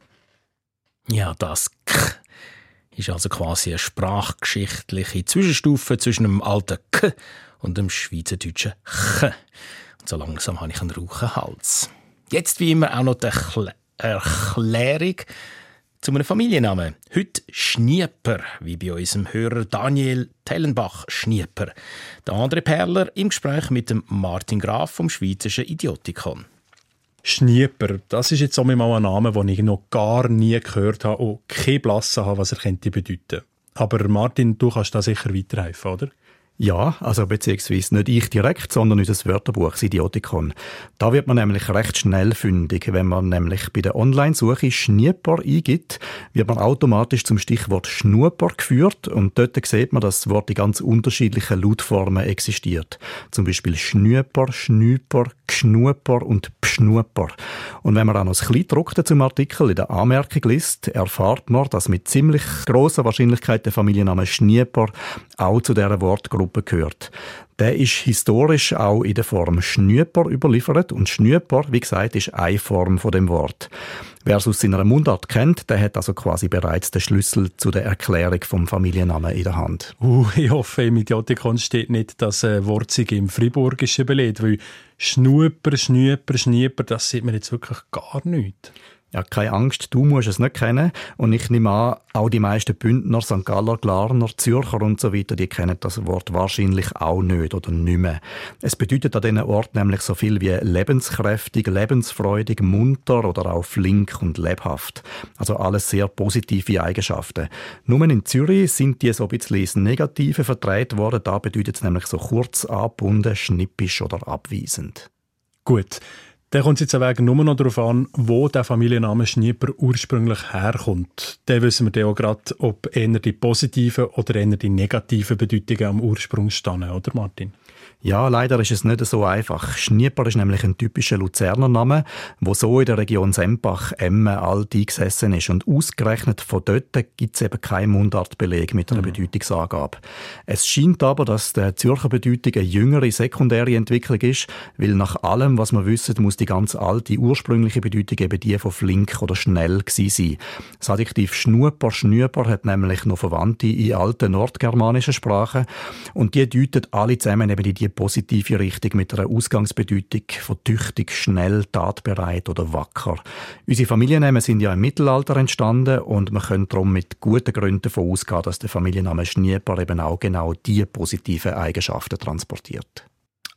Ja, das K ist also quasi eine sprachgeschichtliche Zwischenstufe zwischen dem alten K und dem schweizerdeutschen Ch. Und so langsam habe ich einen rauchen Hals. Jetzt wie immer auch noch die Erkl- Erklärung zu einem Familiennamen. Heute Schnieper, wie bei unserem Hörer Daniel Tellenbach-Schnieper. Der André Perler im Gespräch mit dem Martin Graf vom Schweizerischen Idiotikon. Schnieper, das ist jetzt auch mal ein Name, den ich noch gar nie gehört habe und keine Blasse habe, was er könnte bedeuten. Aber Martin, du kannst da sicher weiterhelfen, oder? Ja, also beziehungsweise nicht ich direkt, sondern unser Wörterbuch, das Idiotikon. Da wird man nämlich recht schnell fündig. Wenn man nämlich bei der Online-Suche Schnieper eingibt, wird man automatisch zum Stichwort Schnuper geführt und dort sieht man, dass das Wort in ganz unterschiedlichen Lautformen existiert. Zum Beispiel Schnüper, Schnüper, Gschnuper und Pschnuper. Und wenn man auch noch das Kleingedruckte zum Artikel in der Anmerkung liest, erfahrt man, dass mit ziemlich grosser Wahrscheinlichkeit der Familienname Schnieper auch zu dieser Wortgruppe Gruppe gehört. Der ist historisch auch in der Form Schnüper überliefert und Schnüper, wie gesagt, ist eine Form von dem Wort. Wer es aus seiner Mundart kennt, der hat also quasi bereits den Schlüssel zu der Erklärung vom Familiennamen in der Hand. Uh, ich hoffe, im Idiotikon steht nicht, dass äh, Wortzig im Friburgischen belegt, weil Schnuper, Schnüper, Schnieper, das sieht man jetzt wirklich gar nicht. Ja, keine Angst, du musst es nicht kennen. Und ich nehme an, auch die meisten Bündner, Sankt Galler, Glarner, Zürcher und so weiter, die kennen das Wort wahrscheinlich auch nicht oder nicht mehr. Es bedeutet an diesen Ort nämlich so viel wie lebenskräftig, lebensfreudig, munter oder auch flink und lebhaft. Also alles sehr positive Eigenschaften. Nur in Zürich sind die so ein bisschen ins Negative vertreten worden. Da bedeutet es nämlich so kurz, angebunden, schnippisch oder abweisend. Gut. Dann kommt es jetzt wegen nur noch darauf an, wo der Familienname Schnieper ursprünglich herkommt. Dann wissen wir dann auch gerade, ob eher die positiven oder eher die negativen Bedeutungen am Ursprung stehen, oder Martin? Ja, leider ist es nicht so einfach. Schnieper ist nämlich ein typischer Luzerner Name, der so in der Region Sempach, Emmen, alt eingesessen ist. Und ausgerechnet von dort gibt es eben keinen Mundartbeleg mit einer mhm. Bedeutungsangabe. Es scheint aber, dass die Zürcher Bedeutung eine jüngere, sekundäre Entwicklung ist, weil nach allem, was wir wissen, muss die ganz alte, ursprüngliche Bedeutung eben die von flink oder schnell gewesen sein. Das Adjektiv Schnuper, Schnüper hat nämlich noch Verwandte in alten nordgermanischen Sprachen und die deuten alle zusammen eben in die positive Richtung mit einer Ausgangsbedeutung von tüchtig, schnell, tatbereit oder wacker. Unsere Familiennamen sind ja im Mittelalter entstanden und man kann darum mit guten Gründen davon ausgehen, dass der Familienname Schnieper eben auch genau diese positiven Eigenschaften transportiert.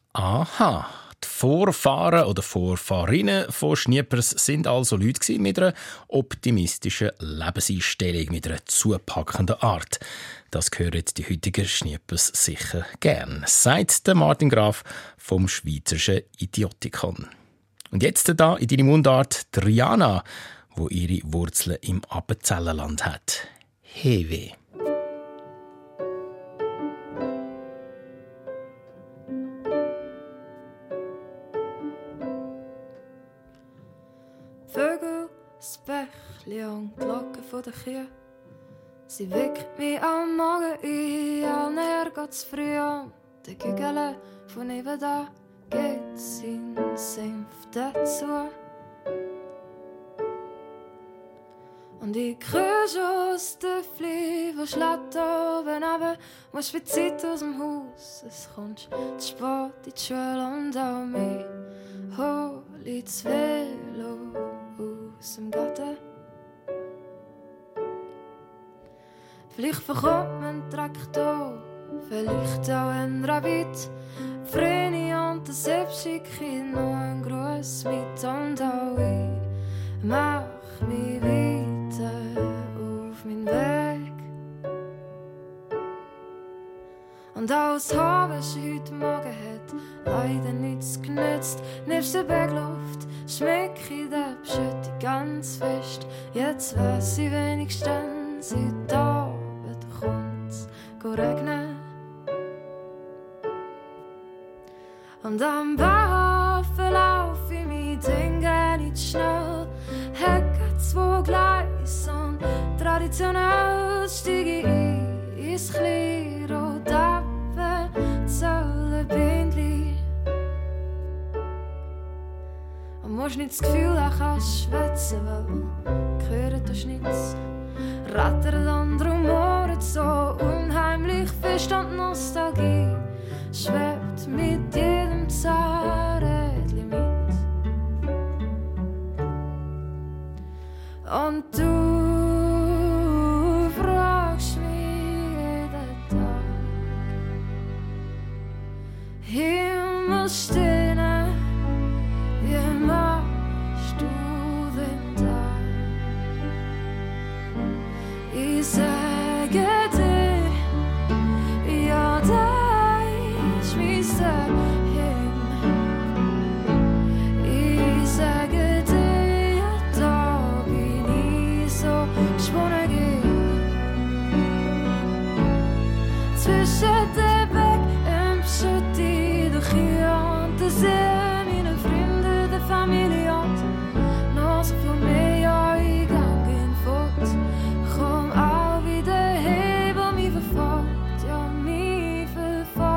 Aha. Die Vorfahren oder Vorfahrinnen von Schniepers sind also Leute mit einer optimistischen Lebenseinstellung, mit einer zupackenden Art. Das hören die heutigen Schniepers sicher gern, sagt der Martin Graf vom Schweizerischen Idiotikon. Und jetzt da in deine Mundart Triana, wo ihre Wurzeln im Appenzellerland hat. Hewe. Vögel, das Bächli und die Glocken von der Kühe. Sie weckt mich am Morgen ein, allnäher geht's früh an. Der Kügel von nebenan geht sein Senf dazu. Und ich kriege aus den Flieh, wo schlägt oben runter, musst wie Zeit aus dem Haus. Es kommt zu spät in die Schule und auch mich hol ich das Velo aus dem Garten. Vielleicht verkommt man einen Traktor, vielleicht auch ein Rabbit. Vreni und der Sepp schicke ich noch einen Gruß mit. Und auch ich mach mich weiter auf meinen Weg. Und auch das Haar, was heute Morgen hat, leider nichts genützt. Nebst der Bergluft schmeck ich den Beschütte ganz fest. Jetzt weiss ich wenigstens, heute Abend kommt's regnen. Und am Bahnhof lauf ich mit Dingen nicht schnell. Hecke zwei Gleise und traditionell steige ich ein ins Kliro, Dappen, Zölle, Bindli. Und musst nicht das Gefühl, ich kann schwätzen, weil hören tust nichts. Rattert und rumoret so unheimlich fest und Nostalgie schwebt mit jedem Zahnrädli mit. Und du fragst mich jeden Tag, Himmelsterne, wie machst du den Tag? Ich sage dir, ja, da ist mein Himmel. Ich sage dir, ja, da bin ich so gesponnen. Zwischen der Weg im Schutti, durch hier und der See, meine Freunde, der Familie und noch so viel mehr, ja, ich gang fort. Komm auch wieder her, wo mich verfolgt, ja, mich verfolgt.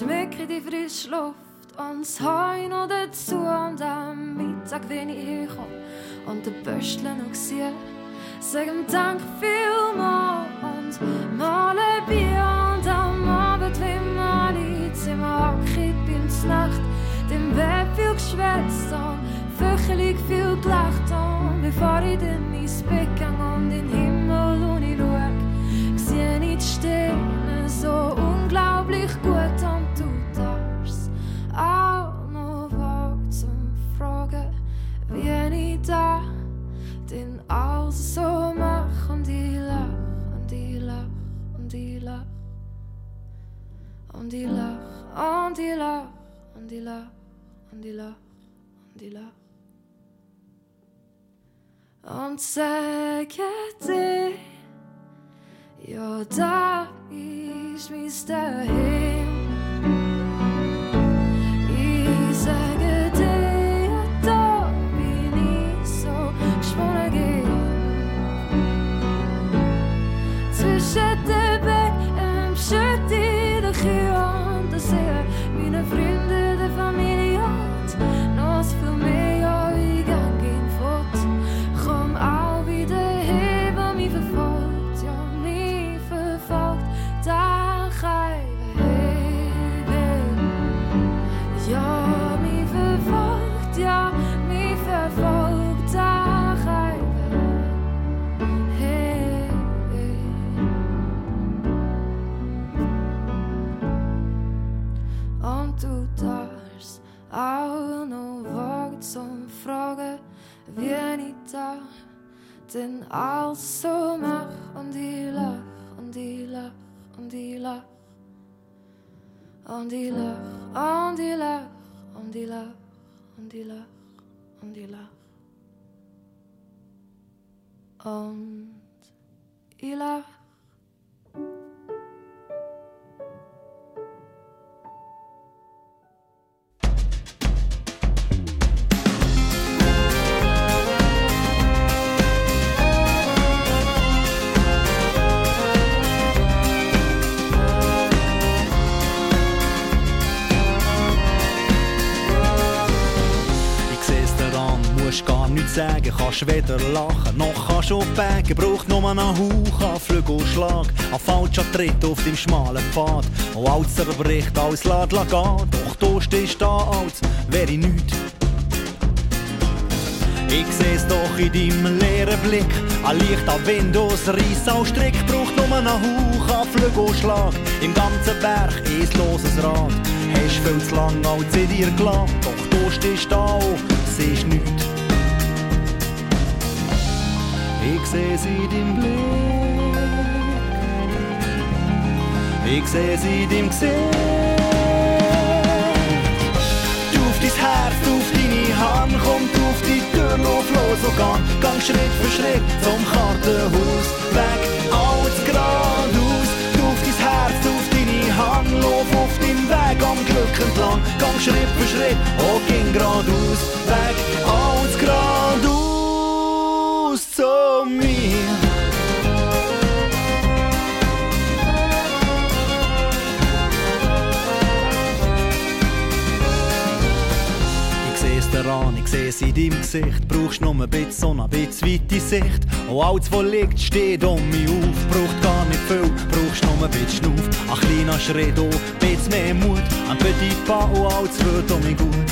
schmecke die frische Luft und das Heu noch dazu. Und am Mittag, wenn ich herkomme und der Böschle noch sehe, sag ihm Dank vielmals und mal ein Bier. Und am Abend, wenn wir alle Zimmer hocken beim Nacht, dem Bett viel geschwätzt und Vöchelig viel gelacht. Und bevor ich dann ins Bett gehe und in den Himmel und ich schau, sehe ich die Sterne so unglaublich gut. Und du darfst auch noch wagen zum Fragen, wie ich da den alles so mach. Und ich lach, und ich lach, und ich lach, und ich lach, und ich lach, und ich lach, und ich lach, und ich lach. Und sage dir, ja, da ist mein Daheim. Ich sage dir, ja, da bin ich so geschwunden gehen. Zwischen den Becken, im Schütt in der Kühe und der See, meine Freunde, der Familie und noch viel mehr. Ja, ich gang ihn fort, komm auch wieder her, wo mich verfolgt, ja, mich verfolgt, da kann ich hey, ja, mich verfolgt, ja, mich verfolgt, da kann ich hey, und du darfst auch noch wagen zum Fragen, wie ich da denn alles so mach. Und ich lach, und ich lach, und ich lach, und ich lach, und ich lach, und ich lach, und ich lach, und ich lach, und ich lach. Musst gar nichts sagen, kannst weder lachen noch kannst du backen. Braucht nur einen Hauch an Flügelschlag, ein falscher Tritt auf dem schmalen Pfad. Und alles zerbricht, alles lässt gehen. Doch du stehst da, als wäre ich nichts. Ich seh's doch in deinem leeren Blick, ein Licht am Windows, Reiss als Strick. Braucht nur einen Hauch an Flügelschlag, im ganzen Berg ein loses Rad. Hast viel zu lang als in dir gelassen, doch du stehst da und siehst nichts. Ich seh's in deinem Blick, ich seh's in deinem Gesicht. Du auf dein Herz, auf deine Hand, kommt auf die Tür, lauf los und gang, gang Schritt für Schritt zum Kartenhaus, weg, alles geradeaus. Du auf dein Herz, auf deine Hand, lauf auf deinem Weg am Glück entlang, gang Schritt für Schritt, oh, ging geradeaus, weg, alles geradeaus zu mir. Daran, ich seh's in deinem Gesicht. Brauchst nur ein bisschen Sonne, ein bisschen weite Sicht. Und alles, was liegt, steht um mich auf. Braucht gar nicht viel, brauchst nur ein bisschen Schnuff. Ein kleiner Schritt, oh, ein bisschen mehr Mut. Ein petit pas und alles wird um mich gut.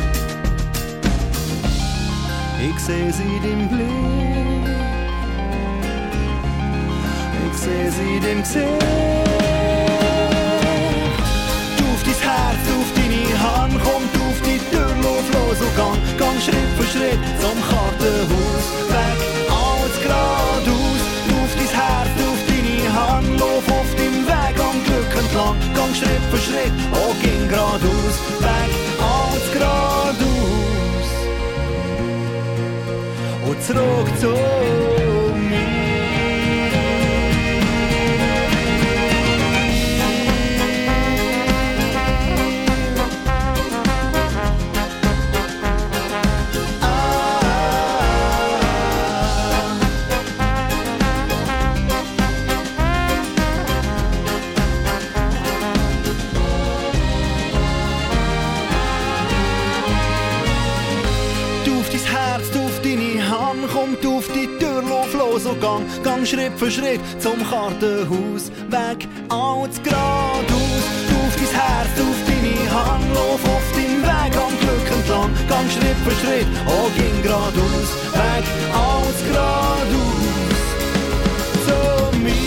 Ich seh's in deinem Blick, ich seh's in deinem Gesicht. Du auf dein Herz, auf deine Hand, kommt auf die Tür, lauf los und gang, gang Schritt für Schritt zum Kartenhaus, weg, alles geradeaus. Du auf dein Herz, auf deine Hand, lauf auf deinem Weg am Glück entlang, gang Schritt für Schritt, oh, ging geradeaus, weg, alles geradeaus. Und zurück zu mir. kommt auf die Tür, lauf los und gang, gang Schritt für Schritt zum Kartenhaus. Weg, alles geradeaus, auf dein Herz, auf deine Hand, lauf auf deinem Weg am Glück entlang. Gang Schritt für Schritt, oh, ging geradeaus. Weg, alles geradeaus, zu mir.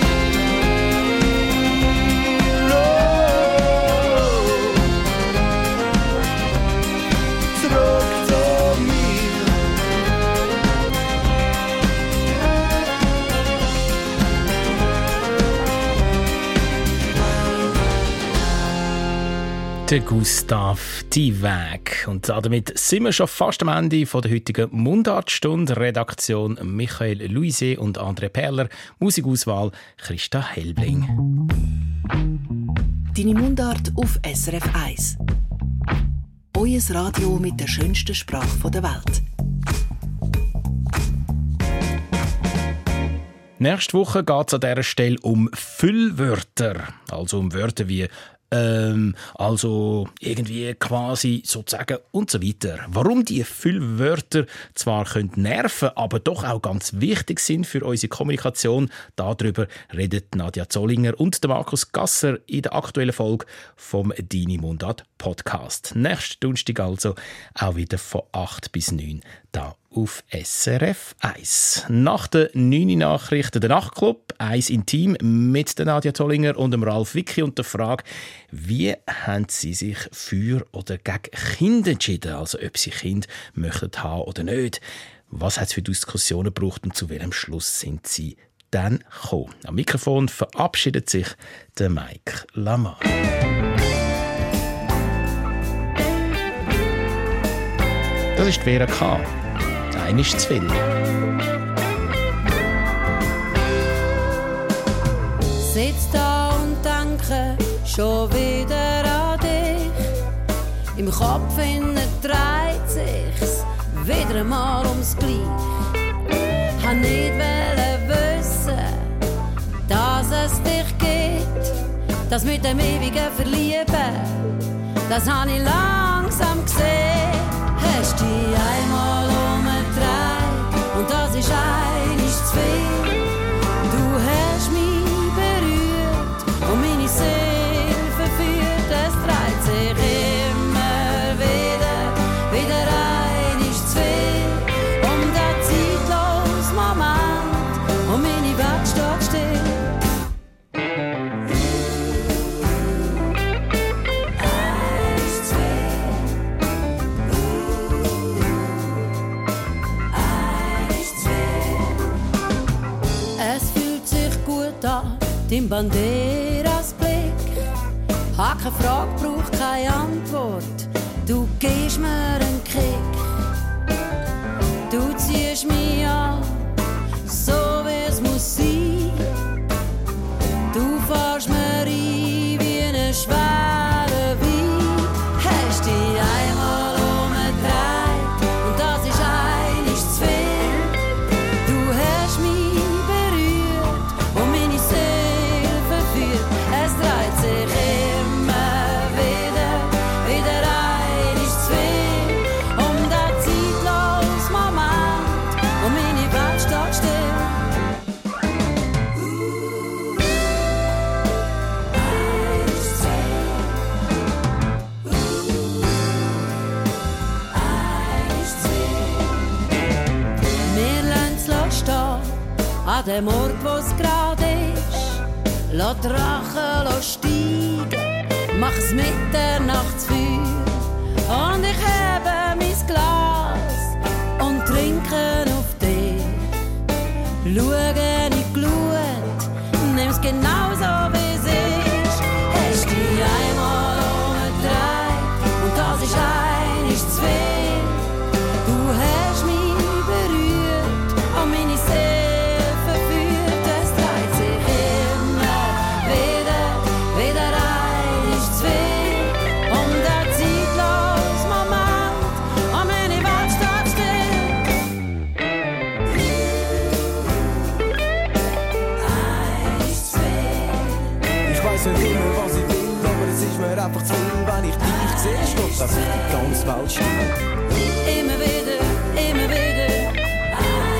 Der Gustav, die Weg. Und damit sind wir schon fast am Ende von der heutigen Mundartstunde. Redaktion Michael Luise und André Perler. Musikauswahl Christa Helbling. Deine Mundart auf S R F eins. Euer Radio mit der schönsten Sprache der Welt. Nächste Woche geht es an dieser Stelle um Füllwörter. Also um Wörter wie Ähm, also irgendwie quasi sozusagen und so weiter. Warum die Füllwörter zwar können nerven, aber doch auch ganz wichtig sind für unsere Kommunikation, darüber redet Nadja Zollinger und der Markus Gasser in der aktuellen Folge vom Deine Mundart Podcast. Nächsten Donnerstag also auch wieder von acht bis neun da auf S R F eins. Nach den neun Nachrichten der Nachtclub, eins Intim mit der Nadja Zollinger und dem Ralf Wicki und der Frage, wie haben Sie sich für oder gegen Kinder entschieden, also ob Sie Kinder möchten haben oder nicht. Was hat es für Diskussionen gebraucht und zu welchem Schluss sind Sie dann gekommen? Am Mikrofon verabschiedet sich der Mike Lamar. Das ist die Vera K. Ein ist zu viel. Sitz da und denke schon wieder an dich. Im Kopf innen dreht sich's wieder einmal ums Gleich. Hab nicht wollen wissen, dass es dich gibt. Das mit dem ewigen Verlieben, das hab ich langsam gesehen. Hast dich einmal umgedreht und das ist eigentlich zu viel. Du hast mich berührt und meine Seele verführt. Es dreht sich immer wieder, wieder eigentlich zu viel. Um den zeitlosen Moment und meine Welt steht still. Dein Banderas Blick, hab keine Frage, brauch keine Antwort. Du gibst mir einen Kick, du ziehst mich an, so wie es muss sein. Du fährst mir rein wie eine schwere Wein. Hast dich einmal umgedreht und das ist eigentlich zu viel. Du hast mich berührt und meine Seele. Es dreht sich immer wieder, wieder eigentlich zu viel. Um den zeitlosen Moment und meine Welt steht still. Uh, eins, zwei. Uh, eins, zwei. Wir lassen es stehen, an dem Ort, wo es gerade ist. Lass die Rache lass steigen, mach's mit der Nachtsfeuer. Und ich hebe mein Glas und trinke auf dich. Schau in die Glut, nimm's genauso wie es ist. Hast dich einmal umgedreht und das ist eigentlich zu viel. Du hast mich berührt und meine Seele verführt. Es dreht sich nicht immer, was ich will, aber es ist mir einfach zu viel. Wenn ich dich sehe, steht, dass ich die ganze Welt still. Immer wieder, immer wieder.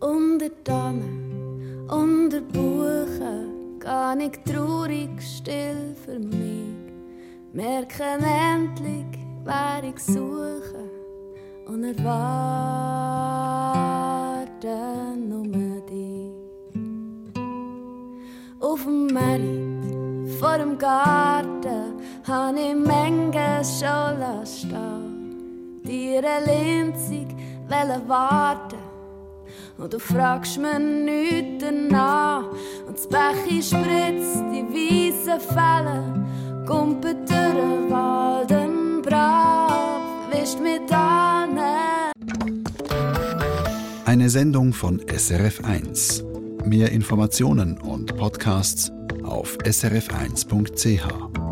Unter Tannen, unter Buchen, gar nicht traurig, still für mich. Merken endlich, wer ich suche und erwarten nur dich. Auf dem Merit, vor dem Garten, habe ich Menge schon stehen. Dir Linzig wollen warten und du fragst mir nichts danach. Und das Bechi spritzt die weißen Fälle, kumpelt durch den Wald im Brav, wischt mit Ahnen. Eine Sendung von S R F eins. Mehr Informationen und Podcasts auf s r f eins punkt c h.